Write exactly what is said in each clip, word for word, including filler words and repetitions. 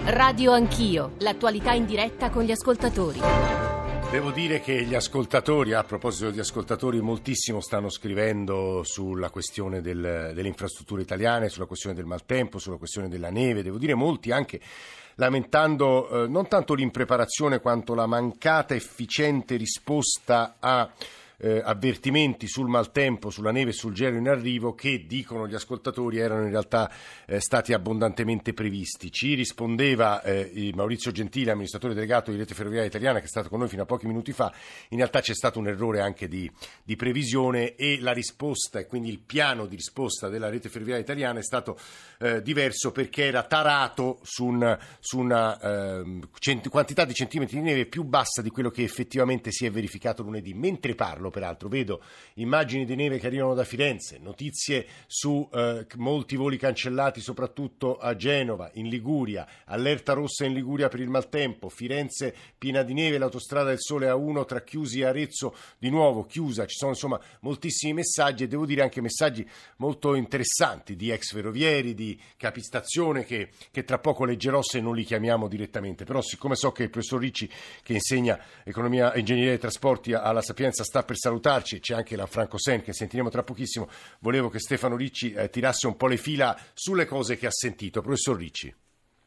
Radio Anch'io, l'attualità in diretta con gli ascoltatori. Devo dire che gli ascoltatori, a proposito di ascoltatori, moltissimo stanno scrivendo sulla questione del, delle infrastrutture italiane, sulla questione del maltempo, sulla questione della neve. Devo dire molti anche lamentando eh, non tanto l'impreparazione quanto la mancata efficiente risposta a Eh, avvertimenti sul maltempo, sulla neve e sul gelo in arrivo che, dicono gli ascoltatori, erano in realtà eh, stati abbondantemente previsti. Ci rispondeva eh, Maurizio Gentile, amministratore delegato di Rete Ferroviaria Italiana, che è stato con noi fino a pochi minuti fa. In realtà c'è stato un errore anche di, di previsione e la risposta, e quindi il piano di risposta della Rete Ferroviaria Italiana è stato eh, diverso, perché era tarato su, un, su una eh, cent- quantità di centimetri di neve più bassa di quello che effettivamente si è verificato lunedì. Mentre parlo, peraltro, vedo immagini di neve che arrivano da Firenze, notizie su eh, molti voli cancellati soprattutto a Genova, in Liguria, allerta rossa in Liguria per il maltempo, Firenze piena di neve, l'autostrada del Sole A uno tra Chiusi e Arezzo di nuovo chiusa. Ci sono insomma moltissimi messaggi, e devo dire anche messaggi molto interessanti di ex ferrovieri, di capistazione, che, che tra poco leggerò se non li chiamiamo direttamente. Però siccome so che il professor Ricci, che insegna economia e ingegneria dei trasporti alla Sapienza, sta per salutarci, c'è anche Lanfranco Sen che sentiremo tra pochissimo, volevo che Stefano Ricci eh, tirasse un po' le fila sulle cose che ha sentito. Professor Ricci.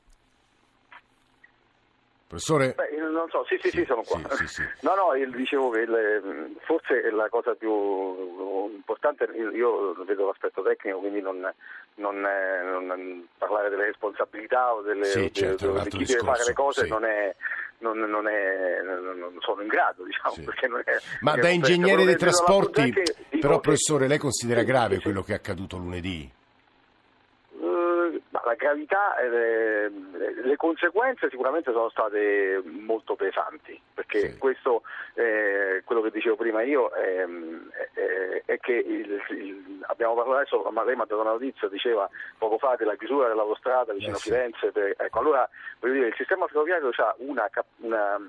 Professore? Beh, non so, sì, sì, sì, sì, sono qua. Sì, sì, sì. No, no, io dicevo che il, forse la cosa più importante, io vedo l'aspetto tecnico, quindi non, non, non parlare delle responsabilità o delle, sì, certo, di, di chi deve fare le cose, sì. non è... Non, non, è, non sono in grado, diciamo, sì. perché non è, ma perché da ingegnere dei trasporti, però professore, lei considera sì, grave sì, quello che è accaduto lunedì? Uh, la gravità, eh, le conseguenze sicuramente sono state molto pesanti, perché sì. questo, eh, quello che dicevo prima io, eh, eh, è che il, il, abbiamo parlato adesso, ma lei mi ha dato una notizia, diceva poco fa della chiusura dell'autostrada vicino eh, a Firenze, per, ecco, allora voglio dire, il sistema ferroviario ha una, una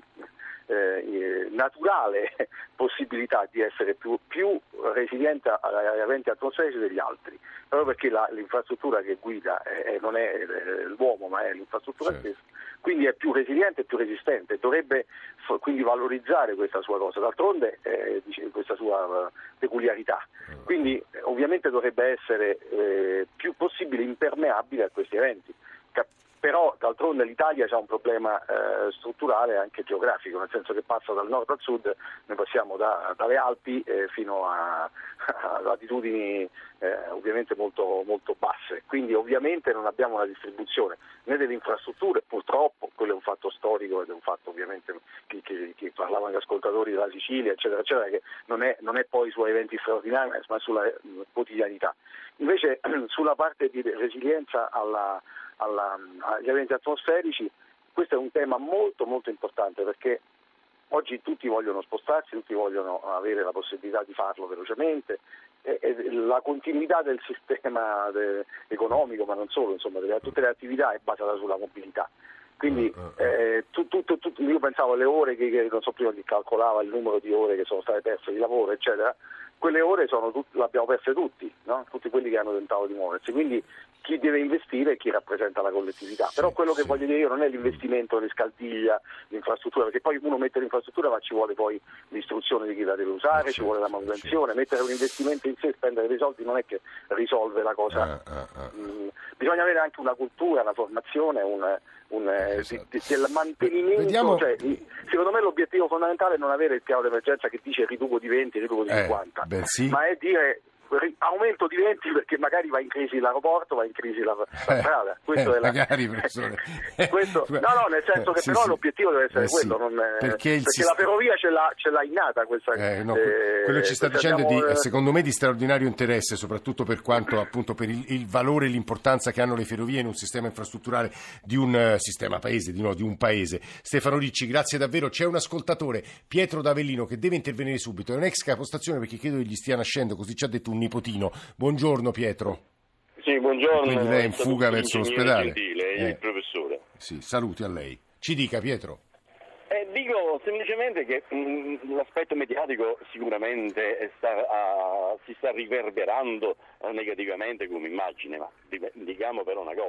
eh, naturale possibilità di essere più, più resiliente agli eventi atmosferici degli altri, proprio perché la, l'infrastruttura che guida eh, non è eh, l'uomo, ma è l'infrastruttura sì. stessa, quindi è più resiliente e più resistente, dovrebbe f- quindi valorizzare questa sua cosa, d'altronde eh, dice, questa sua uh, peculiarità, quindi eh, ovviamente dovrebbe essere eh, più possibile impermeabile a questi eventi. Cap- Però d'altronde l'Italia ha un problema eh, strutturale anche geografico, nel senso che passa dal nord al sud, noi passiamo da, dalle Alpi eh, fino a, a latitudini eh, ovviamente molto, molto basse, quindi ovviamente non abbiamo una distribuzione né delle infrastrutture, purtroppo, quello è un fatto storico ed è un fatto ovviamente che, che, che parlavano gli ascoltatori della Sicilia, eccetera, eccetera, che non è, non è poi su eventi straordinari, ma sulla quotidianità. Invece sulla parte di resilienza alla Alla, agli eventi atmosferici, questo è un tema molto molto importante, perché oggi tutti vogliono spostarsi, tutti vogliono avere la possibilità di farlo velocemente e, e la continuità del sistema de, economico, ma non solo, insomma, delle, tutte le attività è basata sulla mobilità. Quindi eh, tu, tu, tu, tu, io pensavo alle ore che, che non so prima chi calcolava il numero di ore che sono state perse di lavoro, eccetera. Quelle ore sono tut- le abbiamo perse tutti, no? Tutti quelli che hanno tentato di muoversi, quindi chi deve investire è chi rappresenta la collettività. Sì, però quello che sì. voglio dire io non è l'investimento di scaldiglia, l'infrastruttura, perché poi uno mette l'infrastruttura ma ci vuole poi l'istruzione di chi la deve usare, eh, ci vuole la certo, manutenzione, certo. mettere un investimento in sé, spendere dei soldi non è che risolve la cosa. Ah, ah, ah. Mm, bisogna avere anche una cultura, una formazione, un, un, esatto. di, di, del mantenimento. Vediamo... Cioè, secondo me l'obiettivo fondamentale è non avere il piano d'emergenza che dice riduco di venti, riduco di Eh, cinquanta, beh, sì. ma è dire aumento di venti perché magari va in crisi l'aeroporto, va in crisi la, la eh, strada. Questo eh, è la... magari, professore. Questo... No, no, nel senso che sì, però sì. l'obiettivo deve essere eh, quello, sì. non è... perché, il perché sistema... la ferrovia ce l'ha, ce l'ha innata questa... Eh, no, eh, quello che ci sta dicendo abbiamo... è di, secondo me, di straordinario interesse, soprattutto per quanto appunto per il, il valore e l'importanza che hanno le ferrovie in un sistema infrastrutturale di un uh, sistema paese, di, no, di un paese. Stefano Ricci, grazie davvero. C'è un ascoltatore, Pietro D'Avellino, che deve intervenire subito. È un ex capostazione, perché credo che gli stia nascendo, così ci ha detto un nipotino. Buongiorno Pietro. Sì, buongiorno. Quindi lei è in fuga verso l'ospedale. Gentile, eh. il professore. Sì, saluti a lei. Ci dica, Pietro. Eh, dico semplicemente che mh, l'aspetto mediatico sicuramente sta, uh, si sta riverberando uh, negativamente come immagine, ma diciamo però una cosa, che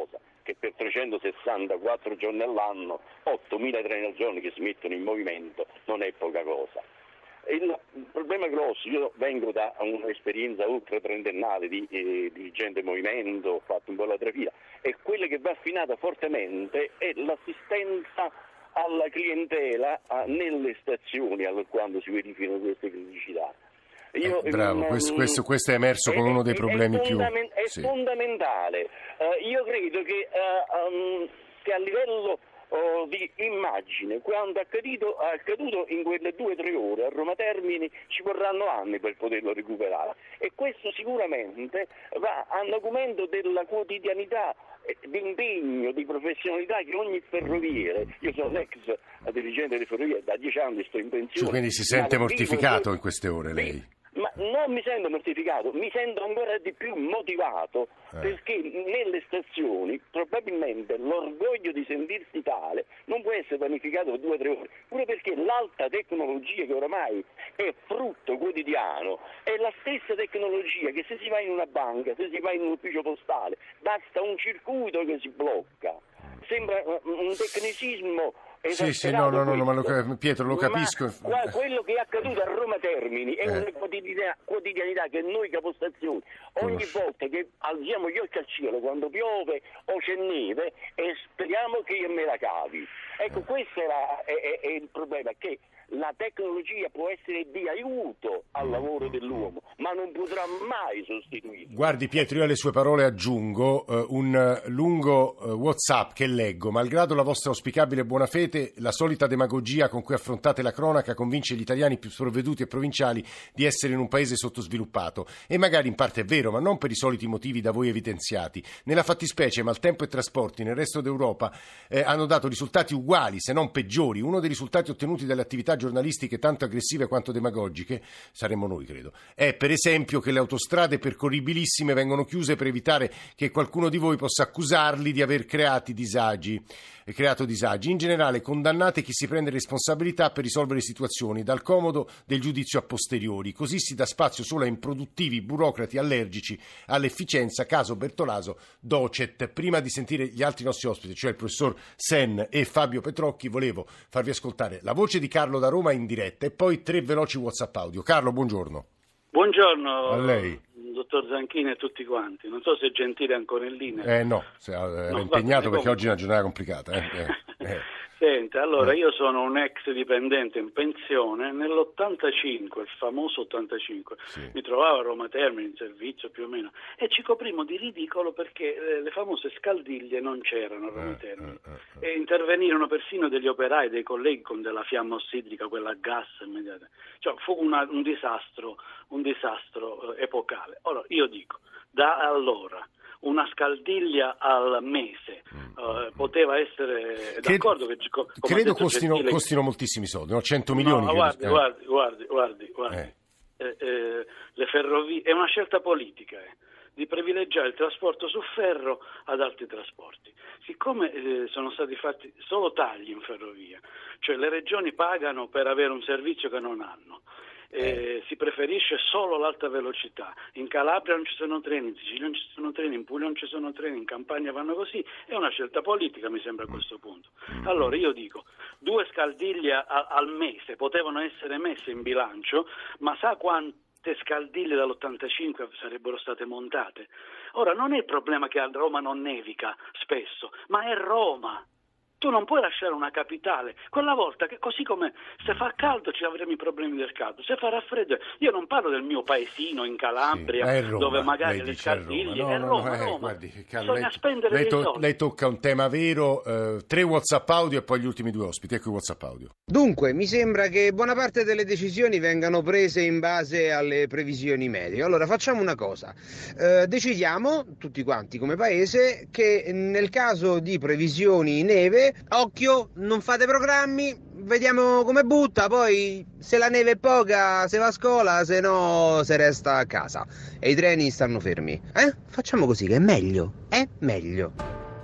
che per trecentosessantaquattro giorni all'anno, ottomila treni al giorno che si mettono in movimento, non è poca cosa. Il problema grosso, io vengo da un'esperienza oltre trentennale di eh, dirigente movimento, ho fatto un po' la trafila, e quella che va affinata fortemente è l'assistenza alla clientela a, nelle stazioni quando si verificano queste criticità. Io, eh, bravo, um, questo, questo, questo è emerso è, come uno dei è, problemi è più... È sì. fondamentale. Uh, io credo che, uh, um, che a livello uh, di immagine, quando è accaduto, è accaduto in quelle due o tre ore a Roma Termini, ci vorranno anni per poterlo recuperare. E questo sicuramente va all'argomento della quotidianità, di impegno, di professionalità che ogni ferroviere, io sono l'ex dirigente di ferrovie, da dieci anni sto in pensione. Cioè, quindi si sente mortificato che... in queste ore lei? Ma non mi sento mortificato, mi sento ancora di più motivato, eh. perché nelle stazioni probabilmente l'orgoglio di sentirsi tale non può essere pianificato per due o tre ore, pure perché l'alta tecnologia che oramai è frutto quotidiano è la stessa tecnologia che se si va in una banca, se si va in un ufficio postale, basta un circuito che si blocca. Sembra un tecnicismo. Sì, sì, no, no, no, no, ma lo, Pietro, lo capisco. Ma quello che è accaduto a Roma Termini è eh. una quotidianità, quotidianità che noi capostazioni, ogni volta che alziamo gli occhi al cielo, quando piove o c'è neve, e speriamo che me la cavi. Ecco, eh. questo era, è, è, è il problema, che la tecnologia può essere di aiuto al lavoro dell'uomo, ma non potrà mai sostituirlo. Guardi Pietro, io alle sue parole aggiungo uh, un lungo uh, WhatsApp che leggo: malgrado la vostra auspicabile buona fede, la solita demagogia con cui affrontate la cronaca convince gli italiani più sprovveduti e provinciali di essere in un paese sottosviluppato. E magari in parte è vero, ma non per i soliti motivi da voi evidenziati. Nella fattispecie Maltempo e Trasporti nel resto d'Europa eh, hanno dato risultati uguali, se non peggiori. Uno dei risultati ottenuti dalle attività giornalistiche tanto aggressive quanto demagogiche, saremmo noi credo, è per esempio che le autostrade percorribilissime vengono chiuse per evitare che qualcuno di voi possa accusarli di aver creati disagi, creato disagi. In generale condannate chi si prende responsabilità per risolvere situazioni, dal comodo del giudizio a posteriori, così si dà spazio solo a improduttivi burocrati allergici all'efficienza, caso Bertolaso docet. Prima di sentire gli altri nostri ospiti, cioè il professor Sen e Fabio Petrocchi, volevo farvi ascoltare la voce di Carlo da Roma in diretta e poi tre veloci WhatsApp audio. Carlo, buongiorno. Buongiorno a lei, dottor Zanchini e tutti quanti. Non so se è Gentile ancora in linea. Eh no, era no, impegnato perché oggi è una giornata complicata. Eh, eh, eh. Senta, allora io sono un ex dipendente in pensione. Nell'ottantacinque, il famoso ottantacinque, sì. mi trovavo a Roma Termini in servizio più o meno e ci coprimo di ridicolo perché eh, le famose scaldiglie non c'erano a Roma Termini eh, eh, eh. e intervenirono persino degli operai, dei colleghi con della fiamma ossidrica, quella a gas immediata. Cioè fu una, un disastro, un disastro eh, epocale. Ora io dico, da allora una scaldiglia al mese uh, poteva essere d'accordo credo, che come credo costino, Gentile, costino moltissimi soldi, no? cento milioni. No, guardi, eh. guardi, guardi, guardi, guardi. Eh. Eh, eh, le ferrovie è una scelta politica eh, di privilegiare il trasporto su ferro ad altri trasporti. Siccome eh, sono stati fatti solo tagli in ferrovia, cioè le regioni pagano per avere un servizio che non hanno. Eh, si preferisce solo l'alta velocità. In Calabria non ci sono treni, in Sicilia non ci sono treni, in Puglia non ci sono treni, in Campania vanno così. È una scelta politica, mi sembra, a questo punto. Allora io dico, due scaldiglie a, al mese potevano essere messe in bilancio, ma sa quante scaldiglie dall'ottantacinque sarebbero state montate? Ora non è il problema che a Roma non nevica spesso, ma è Roma. Tu non puoi lasciare una capitale, quella volta che così come se fa caldo ci avremo i problemi del caldo, se fa raffreddo, io non parlo del mio paesino in Calabria, sì, Roma, dove magari le scaldiglie, è Roma, no, è Roma, no, eh, guardi, Carlo, bisogna lei, spendere lei, dei to- soldi. Lei tocca un tema vero, eh, tre WhatsApp audio e poi gli ultimi due ospiti, ecco i WhatsApp audio. Dunque, mi sembra che buona parte delle decisioni vengano prese in base alle previsioni meteo. Allora facciamo una cosa, eh, decidiamo tutti quanti come paese che nel caso di previsioni neve, occhio, non fate programmi, vediamo come butta, poi se la neve è poca se va a scuola, se no se resta a casa e i treni stanno fermi. Eh? Facciamo così che è meglio, è meglio.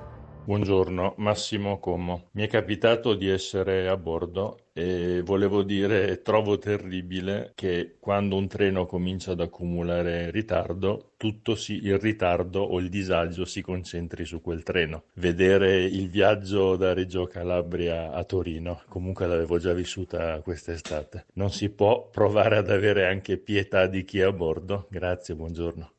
Buongiorno, Massimo Como. Mi è capitato di essere a bordo e volevo dire, trovo terribile che quando un treno comincia ad accumulare ritardo, tutto si, il ritardo o il disagio si concentri su quel treno. Vedere il viaggio da Reggio Calabria a Torino, comunque l'avevo già vissuta quest'estate. Non si può provare ad avere anche pietà di chi è a bordo? Grazie, buongiorno.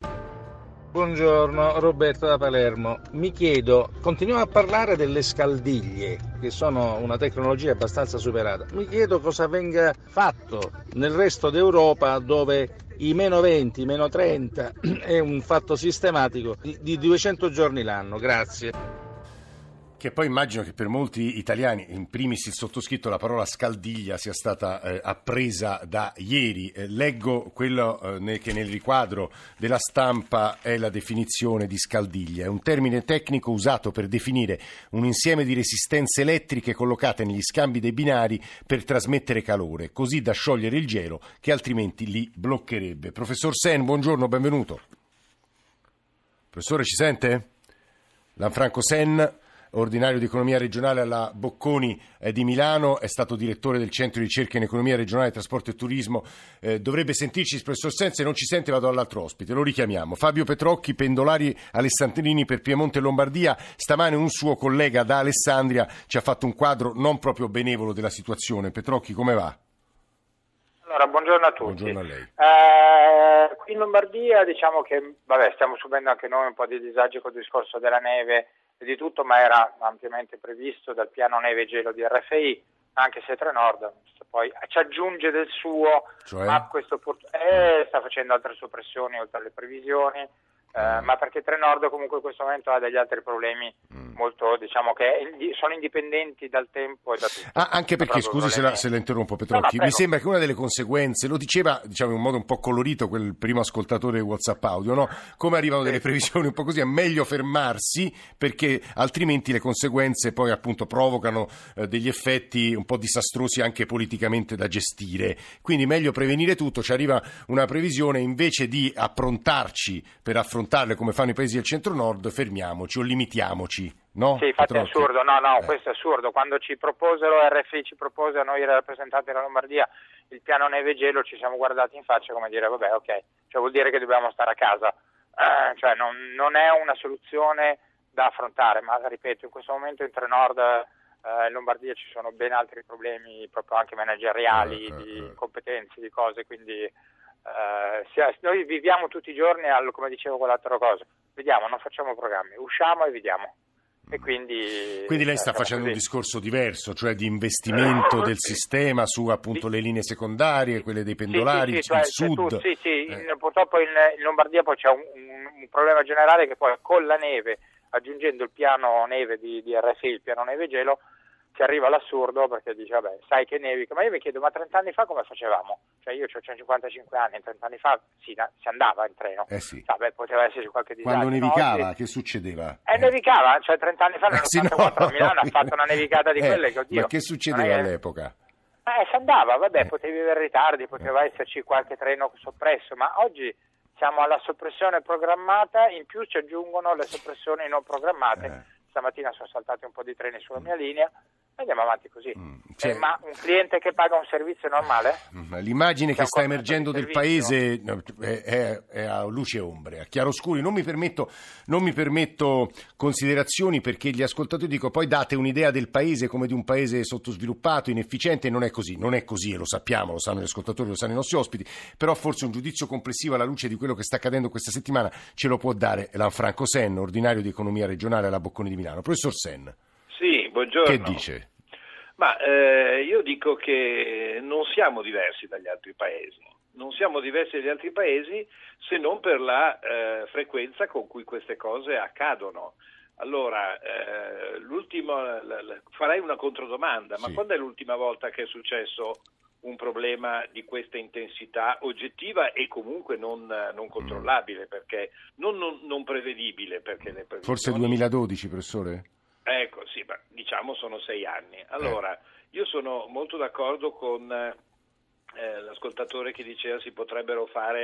Buongiorno, Roberto da Palermo. Mi chiedo, continuiamo a parlare delle scaldiglie, che sono una tecnologia abbastanza superata. Mi chiedo cosa venga fatto nel resto d'Europa, dove i meno venti, meno trenta è un fatto sistematico di, di duecento giorni l'anno. Grazie. Che poi immagino che per molti italiani, in primis il sottoscritto, la parola scaldiglia sia stata eh, appresa da ieri. Eh, leggo quello eh, ne, che nel riquadro della Stampa è la definizione di scaldiglia. È un termine tecnico usato per definire un insieme di resistenze elettriche collocate negli scambi dei binari per trasmettere calore, così da sciogliere il gelo che altrimenti li bloccherebbe. Professor Sen, buongiorno, benvenuto. Professore, ci sente? Lanfranco Sen, ordinario di economia regionale alla Bocconi eh, di Milano, è stato direttore del centro di ricerca in economia regionale, trasporto e turismo. Eh, dovrebbe sentirci il professor Sen, se non ci sente vado all'altro ospite, lo richiamiamo. Fabio Petrocchi, pendolari alessandrini per Piemonte e Lombardia. Stamane un suo collega da Alessandria ci ha fatto un quadro non proprio benevolo della situazione. Petrocchi, come va? Allora, buongiorno a tutti. Buongiorno a lei. Eh, qui in Lombardia diciamo che vabbè, stiamo subendo anche noi un po' di disagi col discorso della neve e di tutto, ma era ampiamente previsto dal piano neve e gelo di R F I, anche se Trenord poi ci aggiunge del suo, cioè? ma questo eh, sta facendo altre soppressioni oltre alle previsioni, eh, ma perché Trenord comunque in questo momento ha degli altri problemi mm. molto, diciamo che sono indipendenti dal tempo e da tutto. Ah, anche perché, scusi se la, se la interrompo Petrocchi, no, mi sembra che una delle conseguenze, lo diceva diciamo in modo un po' colorito quel primo ascoltatore WhatsApp audio, no? Come arrivano delle previsioni un po' così, è meglio fermarsi perché altrimenti le conseguenze poi appunto provocano eh, degli effetti un po' disastrosi anche politicamente da gestire, quindi meglio prevenire tutto. Ci arriva una previsione, invece di approntarci per affrontarle come fanno i paesi del centro-nord, fermiamoci o limitiamoci. No? Sì, infatti è assurdo, no, no, eh. questo è assurdo. Quando ci proposero, R F I ci propose a noi rappresentanti della Lombardia il piano neve e gelo, ci siamo guardati in faccia come dire, vabbè, ok, cioè vuol dire che dobbiamo stare a casa, eh, cioè non, non è una soluzione da affrontare, ma ripeto, in questo momento in Trenord eh, in Lombardia ci sono ben altri problemi proprio anche manageriali, eh, di eh. competenze, di cose, quindi Uh, sia, noi viviamo tutti i giorni, al, come dicevo quell'altra cosa, vediamo, non facciamo programmi, usciamo e vediamo. E quindi, quindi lei sta facendo così un discorso diverso, cioè di investimento del sistema su appunto le linee secondarie, quelle dei pendolari, sì, sì, sì, il cioè, sud. Tu, sì, sì, eh. Purtroppo in, in Lombardia poi c'è un, un, un problema generale che poi con la neve, aggiungendo il piano neve di, di R F I, il piano neve e gelo, si arriva all'assurdo perché dice vabbè, sai che nevica, ma io mi chiedo, ma trent'anni fa come facevamo? Cioè io ho cinquantacinque anni, trent'anni fa si, si andava in treno, eh sì. Vabbè, poteva esserci qualche disagio. Quando nevicava, no? Oggi... che succedeva? Eh, nevicava, cioè trent'anni fa nell'ottantaquattro eh, sì, no, a Milano no, ha fatto una nevicata di eh, quelle che oddio. Ma che succedeva è... all'epoca? Eh, si andava, vabbè, eh. potevi avere ritardi, poteva eh. esserci qualche treno soppresso, ma oggi siamo alla soppressione programmata, in più ci aggiungono le soppressioni non programmate. Eh. Stamattina sono saltati un po' di treni sulla mia linea. Andiamo avanti così. Mm, cioè, eh, ma un cliente che paga un servizio normale? L'immagine che sta emergendo del paese è, è, è a luce e ombre, a chiaroscuri. Non mi permetto, non mi permetto considerazioni perché gli ascoltatori dico poi date un'idea del paese come di un paese sottosviluppato, inefficiente. Non è così, non è così e lo sappiamo, lo sanno gli ascoltatori, lo sanno i nostri ospiti, però forse un giudizio complessivo alla luce di quello che sta accadendo questa settimana ce lo può dare Lanfranco Sen, ordinario di economia regionale alla Bocconi di Milano. Professor Sen. Sì, buongiorno. Che dice? Ma eh, io dico che non siamo diversi dagli altri paesi, non siamo diversi dagli altri paesi se non per la eh, frequenza con cui queste cose accadono. Allora, eh, l'ultimo, la, la, farei una controdomanda, ma sì. Quando è l'ultima volta che è successo un problema di questa intensità oggettiva e comunque non, non controllabile, perché non, non, non prevedibile? Perché le previsioni... Forse duemiladodici, professore? Ecco, sì, ma diciamo sono sei anni. Allora, eh. io sono molto d'accordo con eh, l'ascoltatore che diceva si potrebbero fare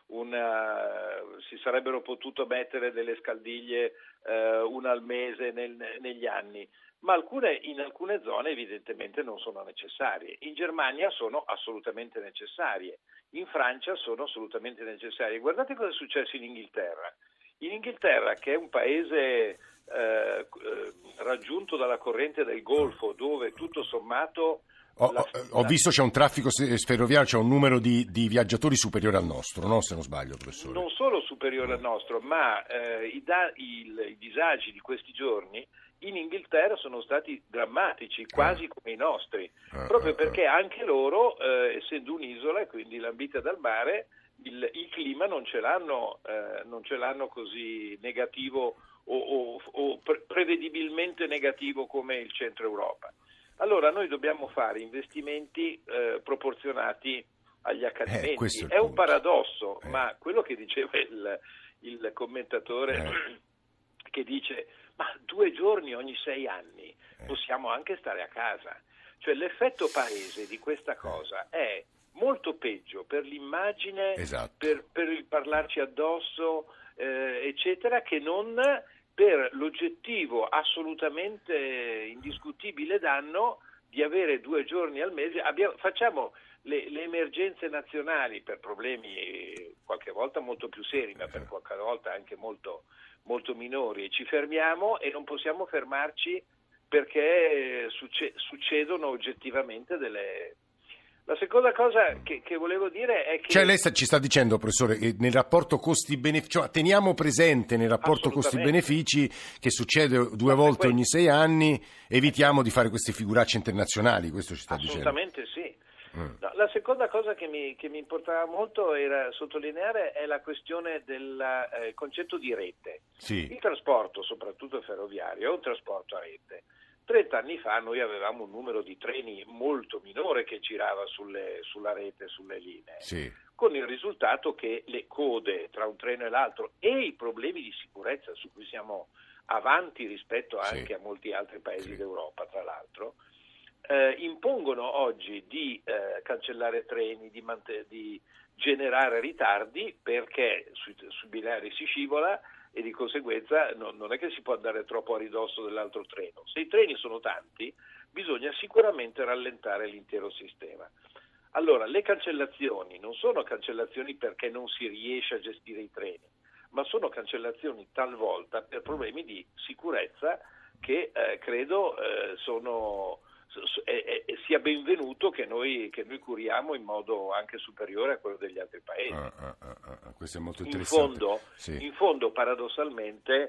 una, si sarebbero potuto mettere delle scaldiglie eh, una al mese nel, negli anni, ma alcune, in alcune zone evidentemente non sono necessarie. In Germania sono assolutamente necessarie, in Francia sono assolutamente necessarie. Guardate cosa è successo in Inghilterra. In Inghilterra, che è un paese eh, raggiunto dalla corrente del Golfo, dove tutto sommato... Ho, la, ho la... visto c'è un traffico ferroviario, c'è un numero di, di viaggiatori superiore al nostro, no? Se non sbaglio, professore. Non solo superiore al nostro, ma eh, i, da, il, i disagi di questi giorni in Inghilterra sono stati drammatici, quasi eh. come i nostri, eh, proprio eh, perché anche loro, eh, essendo un'isola e quindi lambita dal mare, il, il clima non ce l'hanno, eh, non ce l'hanno così negativo o, o, o pre- prevedibilmente negativo come il centro Europa. Allora noi dobbiamo fare investimenti eh, proporzionati agli accadimenti. Eh, è, è un paradosso, eh. ma quello che diceva il, il commentatore eh. che dice ma due giorni ogni sei anni eh. possiamo anche stare a casa. Cioè l'effetto paese di questa cosa è molto peggio per l'immagine, esatto. per, per il parlarci addosso, eh, eccetera, che non... per l'oggettivo assolutamente indiscutibile danno di avere due giorni al mese. Abbiamo, facciamo le, le emergenze nazionali per problemi qualche volta molto più seri, ma per qualche volta anche molto, molto minori, e ci fermiamo e non possiamo fermarci perché succe, succedono oggettivamente delle... La seconda cosa che, che volevo dire è che... Cioè lei sta, ci sta dicendo, professore, che nel rapporto costi-benefici, cioè, teniamo presente nel rapporto costi-benefici che succede due volte ogni sei anni, evitiamo di fare queste figuracce internazionali, questo ci sta dicendo. Assolutamente sì. Mm. No, la seconda cosa che mi, che mi importava molto era sottolineare è la questione del eh, concetto di rete. Sì. Il trasporto, soprattutto ferroviario, è un trasporto a rete. Trent'anni fa noi avevamo un numero di treni molto minore che girava sulle, sulla rete, sulle linee, sì. con il risultato che le code tra un treno e l'altro e i problemi di sicurezza su cui siamo avanti rispetto anche sì. a molti altri paesi sì. d'Europa, tra l'altro, eh, impongono oggi di eh, cancellare treni, di, mant- di generare ritardi perché sui, sui binari si scivola e di conseguenza no, non è che si può andare troppo a ridosso dell'altro treno. Se i treni sono tanti, bisogna sicuramente rallentare l'intero sistema. Allora, le cancellazioni non sono cancellazioni perché non si riesce a gestire i treni, ma sono cancellazioni talvolta per problemi di sicurezza che eh, credo eh, sono... E, e, sia benvenuto che noi, che noi curiamo in modo anche superiore a quello degli altri paesi. Ah, ah, ah, ah, questo è molto interessante. In fondo, sì. in fondo paradossalmente,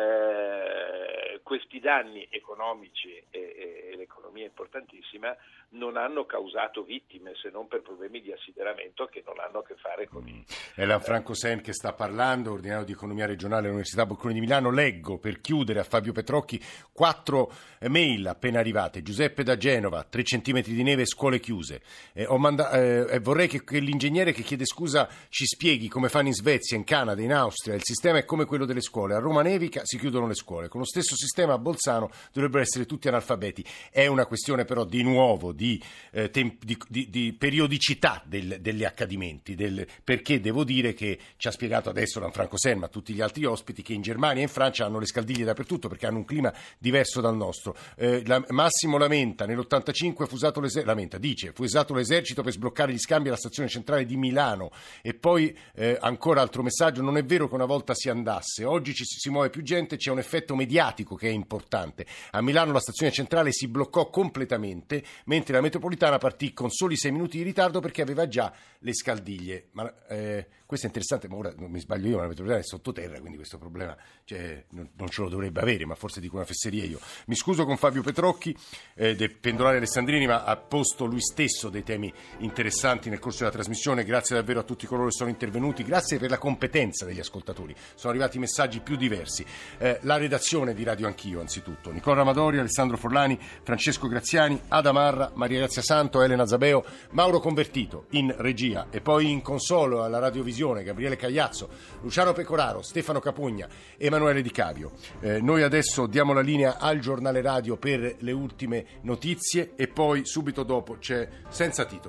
eh, questi danni economici e, e, e l'economia importantissima non hanno causato vittime se non per problemi di assideramento che non hanno a che fare con il... È Lanfranco Sen che sta parlando, ordinario di economia regionale all'Università Bocconi di Milano. Leggo, per chiudere, a Fabio Petrocchi quattro mail appena arrivate. Giuseppe da Genova, tre centimetri di neve, scuole chiuse. Eh, ho manda- eh, vorrei che, che l'ingegnere che chiede scusa ci spieghi come fanno in Svezia, in Canada, in Austria. Il sistema è come quello delle scuole. A Roma nevica, si chiudono le scuole. Con lo stesso sistema a Bolzano dovrebbero essere tutti analfabeti. È una questione però di nuovo di Di, eh, tem- di, di, di periodicità del, degli accadimenti, del, perché devo dire che ci ha spiegato adesso Lanfranco Sen, ma tutti gli altri ospiti, che in Germania e in Francia hanno le scaldiglie dappertutto perché hanno un clima diverso dal nostro. Eh, la, Massimo lamenta, nell'ottantacinque fu usato l'esercito, lamenta, dice, fu usato l'esercito per sbloccare gli scambi alla stazione centrale di Milano. E poi eh, ancora altro messaggio, non è vero che una volta si andasse, oggi ci si muove più gente, c'è un effetto mediatico che è importante. A Milano la stazione centrale si bloccò completamente, mentre la metropolitana partì con soli sei minuti di ritardo perché aveva già le scaldiglie. Ma eh, questo è interessante, ma ora non mi sbaglio io, ma la metropolitana è sottoterra, quindi questo problema cioè, non, non ce lo dovrebbe avere, ma forse dico una fesseria io. Mi scuso con Fabio Petrocchi eh, del Pendolare Alessandrini, ma ha posto lui stesso dei temi interessanti nel corso della trasmissione. Grazie davvero a tutti coloro che sono intervenuti, grazie per la competenza degli ascoltatori. Sono arrivati messaggi più diversi. Eh, la redazione di Radio Anch'io, anzitutto. Nicola Ramadori, Alessandro Forlani, Francesco Graziani, Ada Marra, Maria Grazia Santo, Elena Zabeo, Mauro Convertito in regia e poi in console alla radiovisione Gabriele Cagliazzo, Luciano Pecoraro, Stefano Capugna, Emanuele Di Cavio. Eh, noi adesso diamo la linea al giornale radio per le ultime notizie e poi subito dopo c'è Senza Titolo.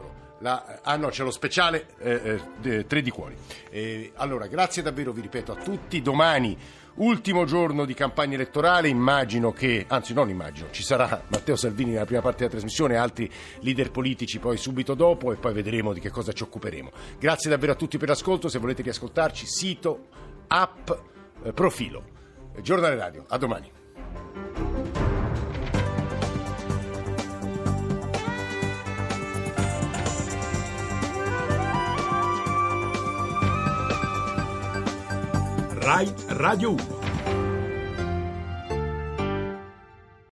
La, ah no, c'è lo speciale eh, eh, tre di cuori. Eh, allora, grazie davvero, vi ripeto, a tutti. Domani, ultimo giorno di campagna elettorale, immagino che, anzi non immagino, ci sarà Matteo Salvini nella prima parte della trasmissione, altri leader politici poi subito dopo, e poi vedremo di che cosa ci occuperemo. Grazie davvero a tutti per l'ascolto. Se volete riascoltarci, sito, app, eh, profilo. Giornale Radio, a domani. Rai Radio uno.